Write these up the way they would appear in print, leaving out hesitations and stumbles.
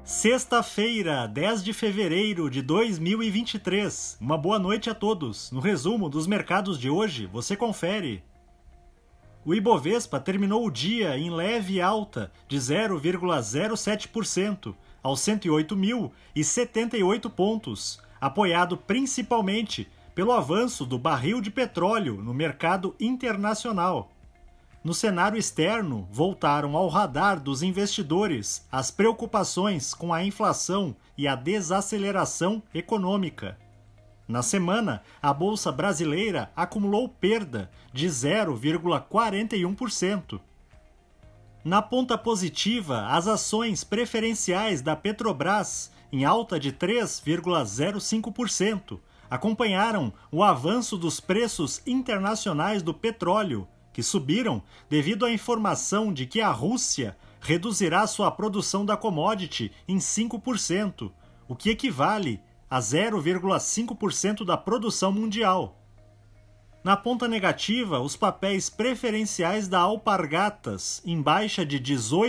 Sexta-feira, 10 de fevereiro de 2023. Uma boa noite a todos. No resumo dos mercados de hoje, você confere. O Ibovespa terminou o dia em leve alta de 0,07% aos 108.078 pontos, apoiado principalmente pelo avanço do barril de petróleo no mercado internacional. No cenário externo, voltaram ao radar dos investidores as preocupações com a inflação e a desaceleração econômica. Na semana, a Bolsa Brasileira acumulou perda de 0,41%. Na ponta positiva, as ações preferenciais da Petrobras, em alta de 3,05%, acompanharam o avanço dos preços internacionais do petróleo, que subiram devido à informação de que a Rússia reduzirá sua produção da commodity em 5%, o que equivale a 0,5% da produção mundial. Na ponta negativa, os papéis preferenciais da Alpargatas, em baixa de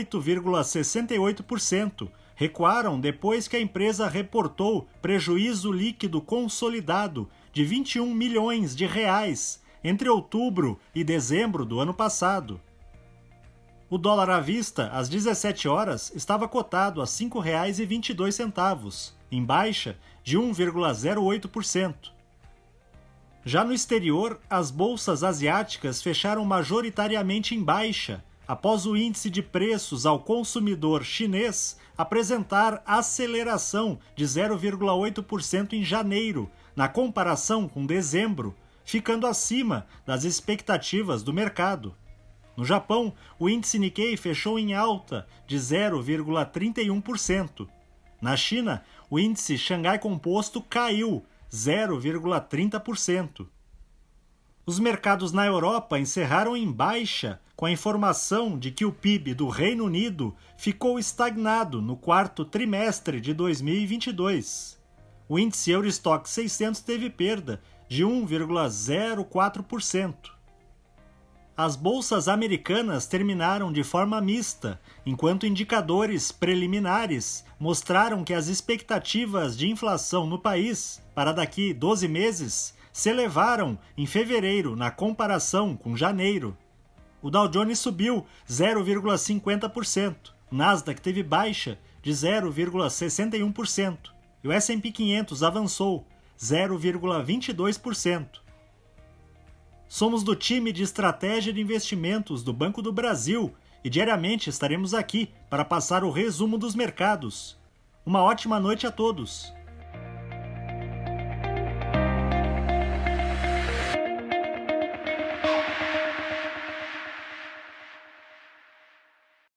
18,68%, recuaram depois que a empresa reportou prejuízo líquido consolidado de 21 milhões de reais entre outubro e dezembro do ano passado. O dólar à vista, às 17 horas, estava cotado a R$ 5,22, em baixa de 1,08%. Já no exterior, as bolsas asiáticas fecharam majoritariamente em baixa, após o índice de preços ao consumidor chinês apresentar aceleração de 0,8% em janeiro, na comparação com dezembro, ficando acima das expectativas do mercado. No Japão, o índice Nikkei fechou em alta de 0,31%. Na China, o índice Xangai Composto caiu 0,30%. Os mercados na Europa encerraram em baixa com a informação de que o PIB do Reino Unido ficou estagnado no quarto trimestre de 2022. O índice Eurostoxx 600 teve perda de 1,04%. As bolsas americanas terminaram de forma mista, enquanto indicadores preliminares mostraram que as expectativas de inflação no país para daqui 12 meses se elevaram em fevereiro na comparação com janeiro. O Dow Jones subiu 0,50%, o Nasdaq teve baixa de 0,61% e o S&P 500 avançou 0,22%. Somos do time de estratégia de investimentos do Banco do Brasil e diariamente estaremos aqui para passar o resumo dos mercados. Uma ótima noite a todos!